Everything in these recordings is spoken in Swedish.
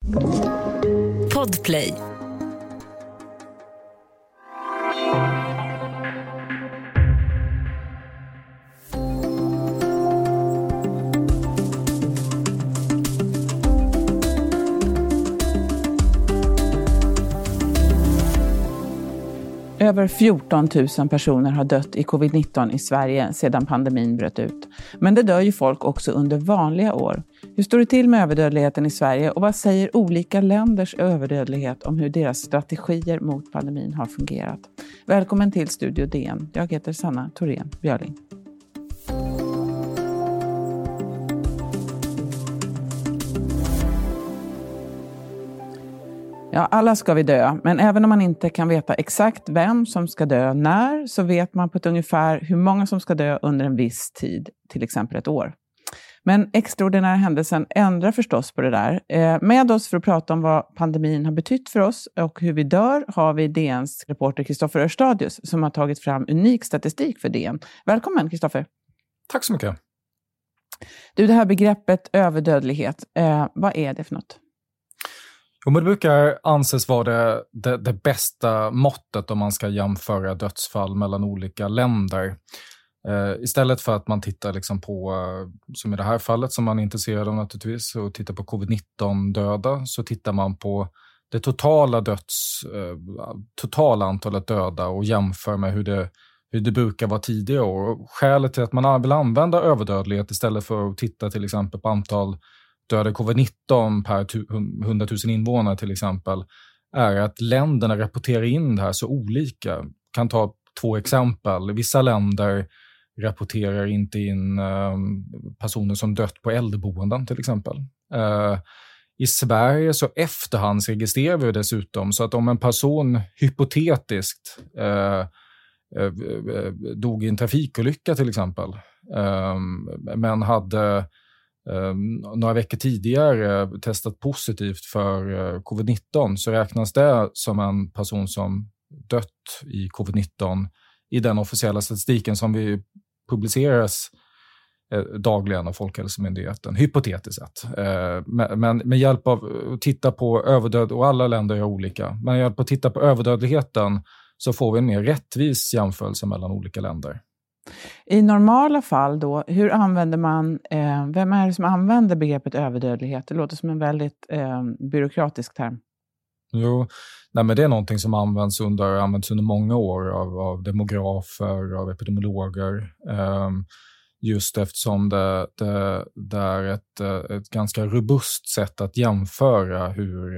Podplay. Över 14 000 personer har dött i covid-19 i Sverige sedan pandemin bröt ut. Men det dör ju folk också under vanliga år. Hur står det till med överdödligheten i Sverige och vad säger olika länders överdödlighet om hur deras strategier mot pandemin har fungerat? Välkommen till Studio DN. Jag heter Sanna Thorén Björling. Ja, alla ska vi dö, men även om man inte kan veta exakt vem som ska dö när, så vet man på ett ungefär hur många som ska dö under en viss tid, till exempel ett år. Men extraordinära händelsen ändrar förstås på det där. Med oss för att prata om vad pandemin har betytt för oss och hur vi dör har vi DNs reporter Kristoffer Örstadius som har tagit fram unik statistik för DN. Välkommen Kristoffer. Tack så mycket. Du, det här begreppet överdödlighet, vad är det för något? Jo, men det brukar anses vara det bästa måttet om man ska jämföra dödsfall mellan olika länder. Istället för att man tittar liksom på, som i det här fallet som man är intresserad av naturligtvis, och tittar på covid-19 döda, så tittar man på det totala antalet döda och jämför med hur det brukar vara tidigare år. Och skälet till att man vill använda överdödlighet istället för att titta till exempel på antal döda covid-19 per 100 000 invånare till exempel, är att länderna rapporterar in det här så olika. Jag kan ta 2 exempel. Vissa länder rapporterar inte in personer som dött på äldreboenden till exempel. I Sverige så efterhandsregistrerar vi dessutom, så att om en person hypotetiskt dog i en trafikolycka till exempel, men hade några veckor tidigare testat positivt för covid-19, så räknas det som en person som dött i covid-19 i den officiella statistiken som vi publiceras dagligen av Folkhälsomyndigheten, hypotetiskt sett. Men med hjälp av att titta på överdöd, och alla länder är olika, men med hjälp av att titta på överdödligheten så får vi en mer rättvis jämförelse mellan olika länder. I normala fall då, hur använder man, vem är det som använder begreppet överdödlighet? Det låter som en väldigt byråkratisk term. Jo, men det är någonting som används under många år av demografer, av epidemiologer. Just eftersom det är ett ganska robust sätt att jämföra hur,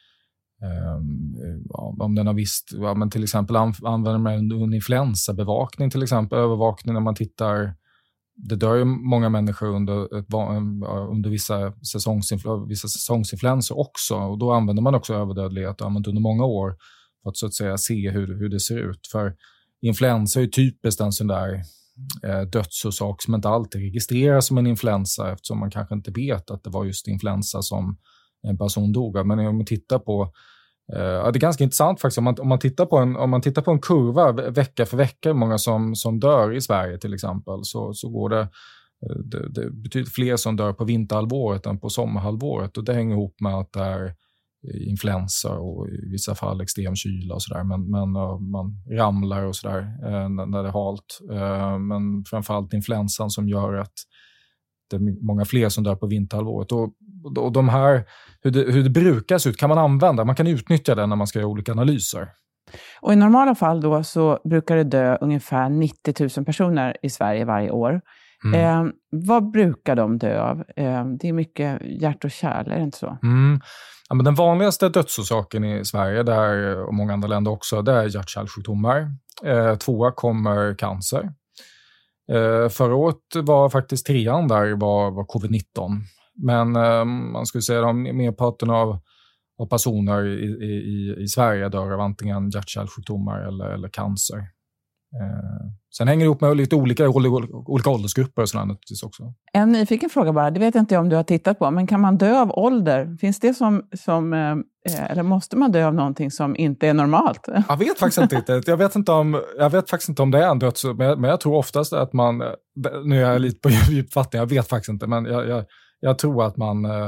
om den har visst, men till exempel använder man en influensabevakning till exempel, övervakning när man tittar. Det dör ju många människor under vissa säsongsinfluenser också, och då använder man också överdödlighet och använder under många år för att så att säga se hur det ser ut. För influensa är ju typiskt en sån där dödsorsak som inte alltid registreras som en influensa, eftersom man kanske inte vet att det var just influensa som en person dog. Men om man tittar på det är ganska intressant faktiskt, om man tittar på en kurva vecka för vecka, hur många som dör i Sverige till exempel, så går det betyder fler som dör på vinterhalvåret än på sommarhalvåret, och det hänger ihop med att det är influensa och i vissa fall extrem kyla och sådär, men man ramlar och sådär när det är halt, men framförallt influensan som gör att det är många fler som dör på vinterhalvåret. Och de här, hur det brukar se ut kan man använda. Man kan utnyttja det när man ska göra olika analyser. Och i normala fall då så brukar det dö ungefär 90 000 personer i Sverige varje år. Vad brukar de dö av? Det är mycket hjärt och kärl, är det inte så? Ja, men den vanligaste dödsorsaken i Sverige, där, och många andra länder också, det är hjärt-kärlsjukdomar. 2 kommer cancer. Förra året var faktiskt 3:an där var covid-19. Men man skulle säga att merparten av personer i Sverige dör av antingen hjärt-kärlsjukdomar eller cancer. Sen hänger det ihop med lite olika åldersgrupper och sådär naturligtvis också. En nyfiken fråga bara, det vet jag inte om du har tittat på, men kan man dö av ålder? Finns det eller måste man dö av någonting som inte är normalt? Jag vet faktiskt inte. Jag vet faktiskt inte om det är en döds, men jag tror oftast att man, nu är jag lite på djupvatten, jag vet faktiskt inte, men jag tror att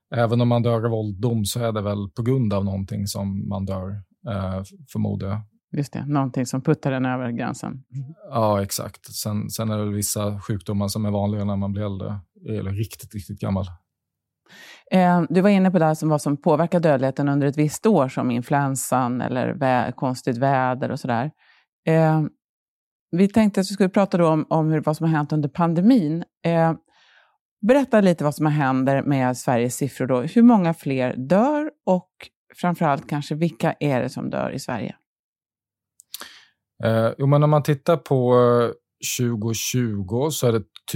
även om man dör av ålderdom så är det väl på grund av någonting som man dör, förmodar jag. Just det, någonting som puttar den över gränsen. Ja, exakt. Sen är det vissa sjukdomar som är vanliga när man blir äldre, eller riktigt gammal. Du var inne på det som vad som påverkar dödligheten under ett visst år, som influensan eller konstigt väder och sådär. Vi tänkte att vi skulle prata då om vad som har hänt under pandemin. Berätta lite vad som händer med Sveriges siffror då. Hur många fler dör och framförallt kanske vilka är det som dör i Sverige? Men om man tittar på 2020 så är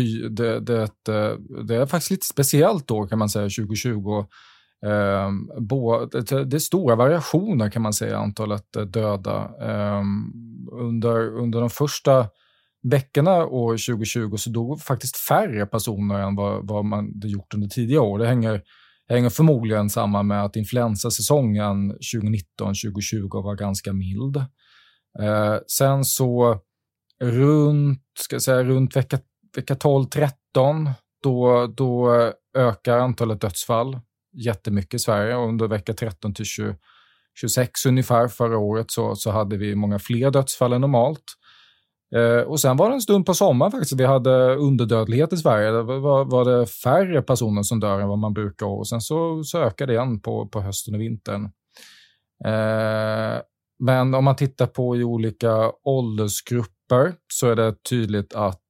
det är faktiskt lite speciellt då, kan man säga, 2020. Det är stora variationer, kan man säga, antalet döda. Under de första veckorna år 2020 så dog faktiskt färre personer än vad man hade gjort under tidigare år. Det hänger förmodligen samman med att influensasäsongen 2019-2020 var ganska mild. Sen så runt vecka 12-13 då ökar antalet dödsfall jättemycket i Sverige, och under vecka 13 till 26 ungefär förra året så hade vi många fler dödsfall än normalt. Och sen var det en stund på sommaren faktiskt vi hade underdödlighet i Sverige. Det var det färre personer som dör än vad man brukar, och sen så ökade det igen på hösten och vintern. Men om man tittar på i olika åldersgrupper så är det tydligt att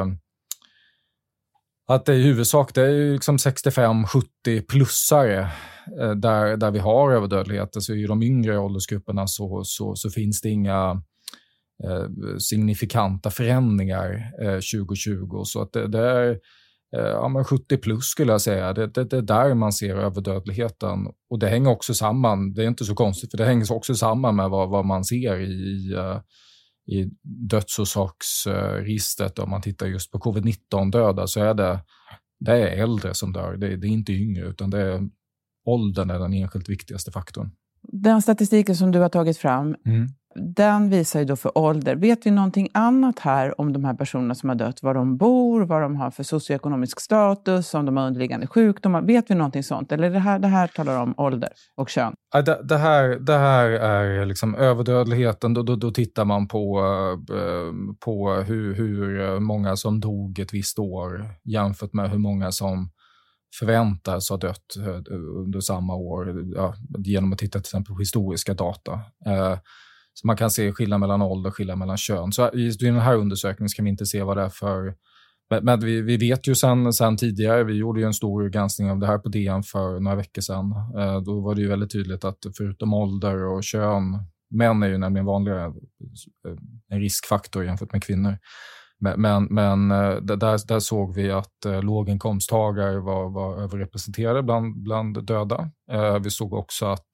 det i huvudsak det är ju liksom 65-70-plussare där vi har överdödlighet. Så i de yngre åldersgrupperna så finns det inga signifikanta förändringar 2020. Så att det är 70 plus skulle jag säga. Det är där man ser överdödligheten. Och det hänger också samman, det är inte så konstigt, för det hänger också samman med vad man ser i dödsorsaksregistret. Om man tittar just på covid-19 döda så är det är äldre som dör. Det är inte yngre, utan det är åldern är den enskilt viktigaste faktorn. Den statistiken som du har tagit fram, den visar ju då för ålder. Vet vi någonting annat här om de här personerna som har dött? Var de bor, vad de har för socioekonomisk status, om de har underliggande sjukdomar? Vet vi någonting sånt? Eller det här talar om ålder och kön? Det här är liksom överdödligheten. Då tittar man på hur många som dog ett visst år jämfört med hur många som förväntas ha dött under samma år, genom att titta till exempel på historiska data. Så man kan se skillnad mellan ålder och skillnad mellan kön. Så i den här undersökningen ska vi inte se vad det är för... Men vi vet ju sen tidigare, vi gjorde ju en stor granskning av det här på DN för några veckor sedan. Då var det ju väldigt tydligt att förutom ålder och kön, män är ju nämligen vanligare en riskfaktor jämfört med kvinnor. Men där såg vi att låginkomsttagare var överrepresenterade bland döda. Vi såg också att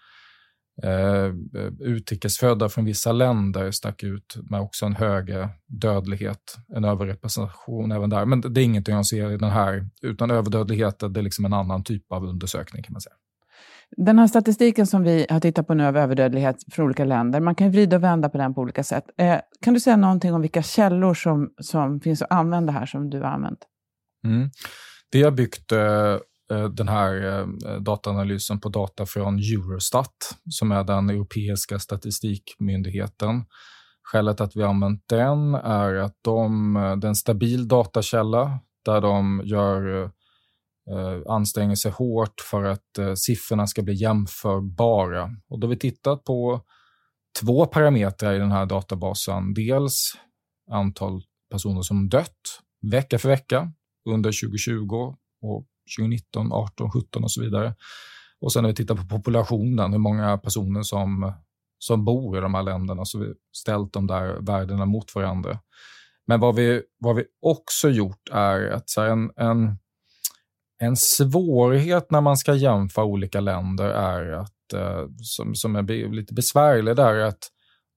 utrikesfödda från vissa länder stack ut med också en högre dödlighet, en överrepresentation även där. Men det är inget jag ser i den här, utan överdödlighet, det är liksom en annan typ av undersökning, kan man säga. Den här statistiken som vi har tittat på nu över överdödlighet från olika länder, man kan vrida och vända på den på olika sätt. Kan du säga någonting om vilka källor som finns att använda här, som du har använt? Vi har byggt den här dataanalysen på data från Eurostat, som är den europeiska statistikmyndigheten. Skälet att vi har använt den är att det är en stabil datakälla där de anstränger sig hårt för att siffrorna ska bli jämförbara. Och då har vi tittat på 2 parametrar i den här databasen. Dels antal personer som dött vecka för vecka under 2020 och 2019, 18, 17 och så vidare. Och sen har vi tittat på populationen, hur många personer som bor i de här länderna, så vi har ställt de där värdena mot varandra. Men vad vi också gjort är att så här, en svårighet när man ska jämföra olika länder är att, som är lite besvärlig, där är att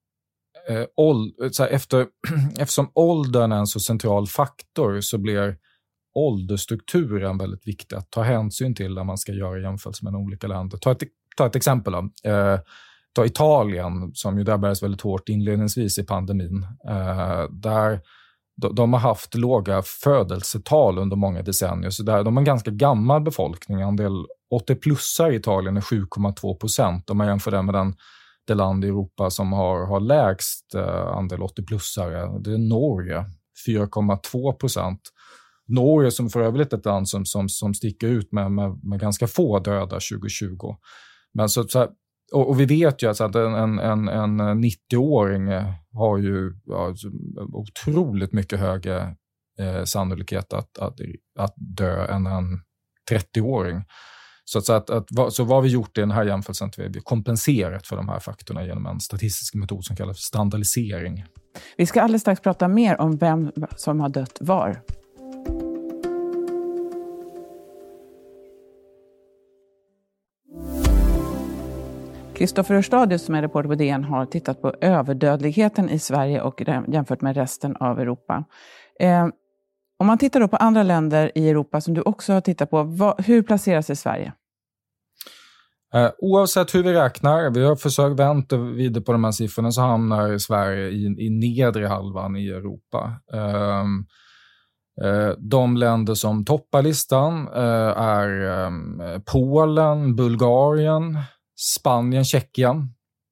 eftersom åldern är en så central faktor, så blir åldersstrukturen väldigt viktig att ta hänsyn till när man ska göra jämförelser mellan olika länder. Ta ett exempel då. Ta Italien, som ju drabbades väldigt hårt inledningsvis i pandemin. Där de har haft låga födelsetal under många decennier. Så de har en ganska gammal befolkning. Andel 80-plussare i Italien är 7,2%. Om man jämför det med det land i Europa som har lägst andel 80-plussare. Det är Norge, 4,2%. Norge som för övrigt ett land som sticker ut med ganska få döda 2020. Men så här, och vi vet ju alltså att en 90-åring har ju otroligt mycket högre sannolikhet att dö än en 30-åring. Så vad vi gjort i den här jämförelsen att vi har kompenserat för de här faktorerna genom en statistisk metod som kallas för standardisering. Vi ska alldeles strax prata mer om vem som har dött var. Kristoffer Örstadius som är reporter på DN har tittat på överdödligheten i Sverige och jämfört med resten av Europa. Om man tittar då på andra länder i Europa som du också har tittat på, hur placerar sig Sverige? Oavsett hur vi räknar, vi har försökt vänta vidare på de här siffrorna, så hamnar Sverige i nedre halvan i Europa. De länder som toppar listan är Polen, Bulgarien, Spanien, Tjeckien.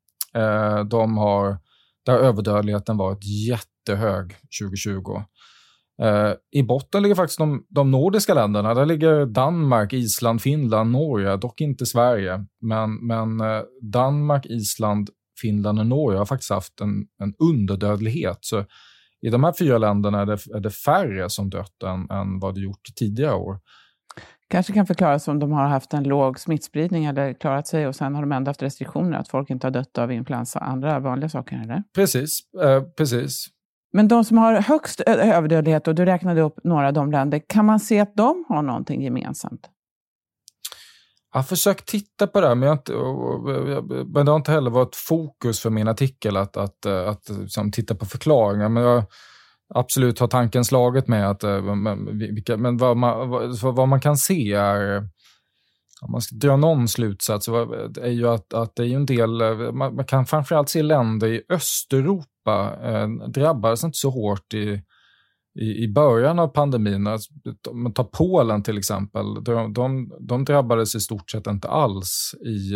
Där överdödligheten varit jättehög 2020. I botten ligger faktiskt de nordiska länderna. Där ligger Danmark, Island, Finland, Norge. Dock inte Sverige. Men Danmark, Island, Finland och Norge har faktiskt haft en underdödlighet. Så i de här 4 länderna är det färre som dött än vad det gjort tidigare år. Kanske kan förklaras om de har haft en låg smittspridning eller klarat sig och sen har de ändå haft restriktioner, att folk inte har dött av influensa och andra vanliga saker, eller? Precis. Men de som har högst överdödlighet, och du räknade upp några av de länder, kan man se att de har någonting gemensamt? Jag har försökt titta på det, men det har inte heller varit fokus för min artikel att titta på förklaringar. Men jag absolut har tanken slaget med att vad man kan se är, om man ska dra någon slutsats, är ju att det är ju en del, man kan framförallt se länder i Östeuropa drabbades inte så hårt i början av pandemin. Man tar Polen till exempel, de drabbades i stort sett inte alls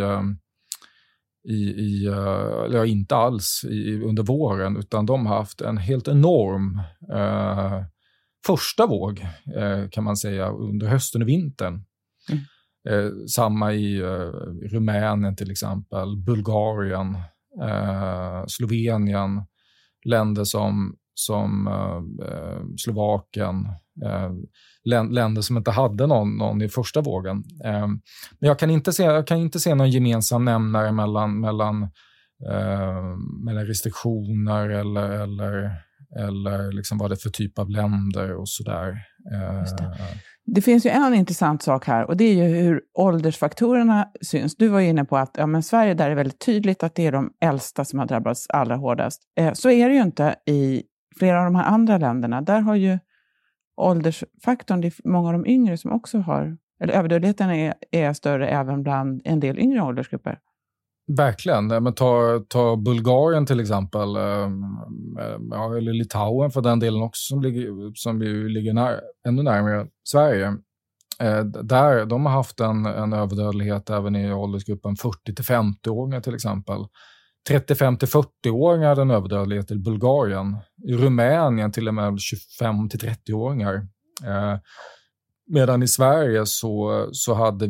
inte alls under våren, utan de har haft en helt enorm första våg kan man säga under hösten och vintern. Samma i Rumänien till exempel, Bulgarien, Slovenien, länder som Slovakien, länder som inte hade någon i första vågen. Men jag kan inte se någon gemensam nämnare mellan restriktioner eller liksom vad det är för typ av länder och sådär. Det finns ju en intressant sak här, och det är ju hur åldersfaktorerna syns. Du var inne på att men Sverige, där är väldigt tydligt att det är de äldsta som har drabbats allra hårdast. Så är det ju inte i flera av de här andra länderna. Där har ju åldersfaktorn, det är många av de yngre som också har, eller överdödligheten är större även bland en del yngre åldersgrupper. Verkligen, men ta Bulgarien till exempel, eller Litauen för den delen också, som ligger ännu närmare Sverige. Där de har haft en överdödlighet även i åldersgruppen 40-50-åringar till exempel. 35-40-åringar hade en överdödlighet i Bulgarien. I Rumänien till och med 25-30-åringar. Medan i Sverige så hade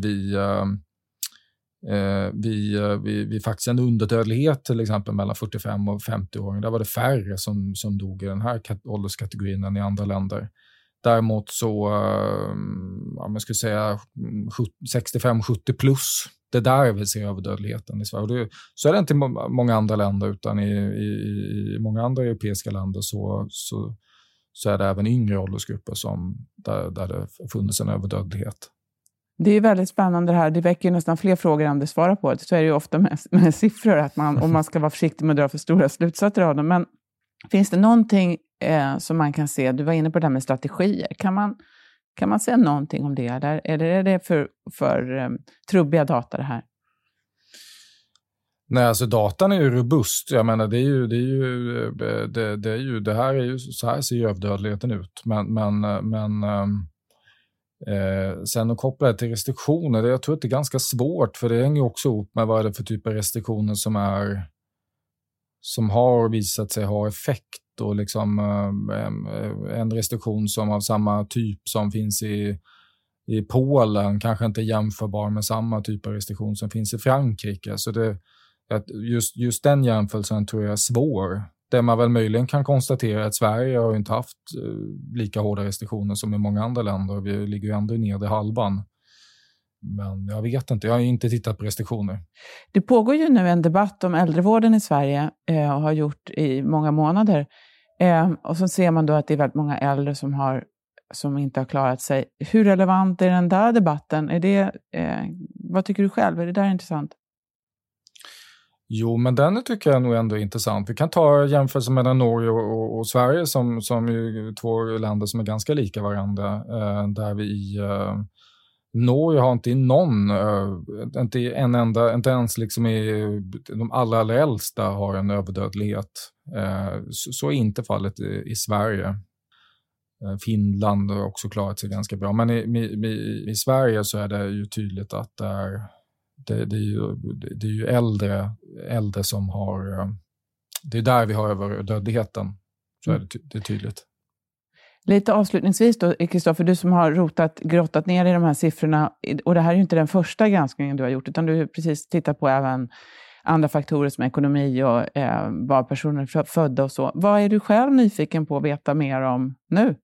vi faktiskt en underdödlighet till exempel mellan 45 och 50-åringar. Där var det färre som dog i den här ålderskategorin än i andra länder. Däremot så, man skulle säga 65-70 plus, det där vi ser överdödligheten i Sverige. Så är det inte i många andra länder, utan i många andra europeiska länder så är det även yngre åldersgrupper där det funnits en överdödlighet. Det är väldigt spännande det här. Det väcker nästan fler frågor än det svarar på. Så är det ju ofta med siffror, att man ska vara försiktig med att dra för stora slutsatser av dem. Men finns det någonting som man kan se? Du var inne på det här med strategier. Kan man säga någonting om det? Eller är det för trubbiga data det här? Nej, alltså datan är ju robust. Jag menar, det här är ju, så här ser ju överdödligheten ut. Men sen att koppla det till restriktioner, jag tror att det är ganska svårt, för det hänger också ihop med vad är det för typ av restriktioner som har visat sig ha effekt, och liksom en restriktion som av samma typ som finns i Polen kanske inte är jämförbar med samma typ av restriktion som finns i Frankrike. Så just den jämförelsen tror jag är svår. Det man väl möjligen kan konstatera är att Sverige har inte haft lika hårda restriktioner som i många andra länder. Vi ligger ju ändå i nedre halvan. Men jag vet inte, jag har inte tittat på restriktioner. Det pågår ju nu en debatt om äldrevården i Sverige och har gjort i många månader. Och så ser man då att det är väldigt många äldre som inte har klarat sig. Hur relevant är den där debatten? Vad tycker du själv? Är det där intressant? Jo, men den tycker jag nog ändå är intressant. Vi kan ta jämförelse mellan Norge och Sverige som är två länder som är ganska lika varandra. Där vi i Norge har inte inte ens liksom de allra äldsta har en överdödlighet. Så är inte fallet i Sverige. Finland har också klarat sig ganska bra. Men i Sverige så är det ju tydligt att det är ju äldre som har... Det är där vi har överdödligheten. Så är det tydligt. Lite avslutningsvis då, Kristoffer, du som har grottat ner i de här siffrorna, och det här är ju inte den första granskningen du har gjort, utan du precis tittat på även andra faktorer som ekonomi och var personer är födda och så. Vad är du själv nyfiken på att veta mer om nu?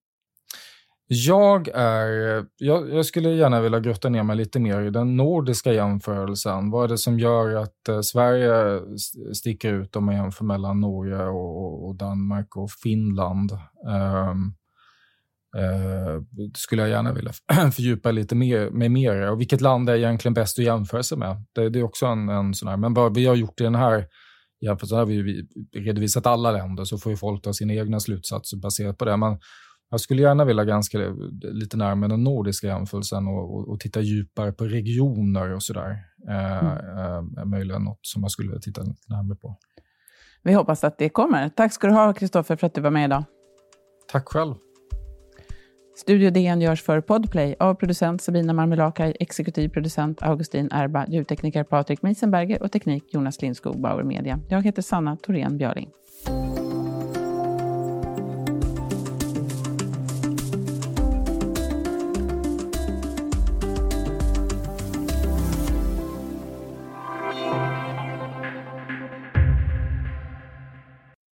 Jag skulle gärna vilja grotta ner mig lite mer i den nordiska jämförelsen. Vad är det som gör att Sverige sticker ut om man jämför mellan Norge och Danmark och Finland? Skulle jag gärna vilja fördjupa lite mer. Och vilket land är egentligen bäst att jämföra sig med? Det är också en sån här. Men vad vi har gjort i den här jämförelsen har vi redovisat alla länder, så får ju folk ta sina egna slutsatser baserat på det. Men jag skulle gärna vilja ganska lite närmare den nordiska jämförelsen och titta djupare på regioner och sådär. Är möjligen något som jag skulle vilja titta lite närmare på. Vi hoppas att det kommer. Tack ska du ha, Kristoffer, för att du var med idag. Tack själv. Studio DN görs för Podplay av producent Sabina Marmelakai, exekutiv producent Augustin Erba, ljudtekniker Patrik Miesenberger och teknik Jonas Lindskog, Bauer Media. Jag heter Sanna Thorén Björling.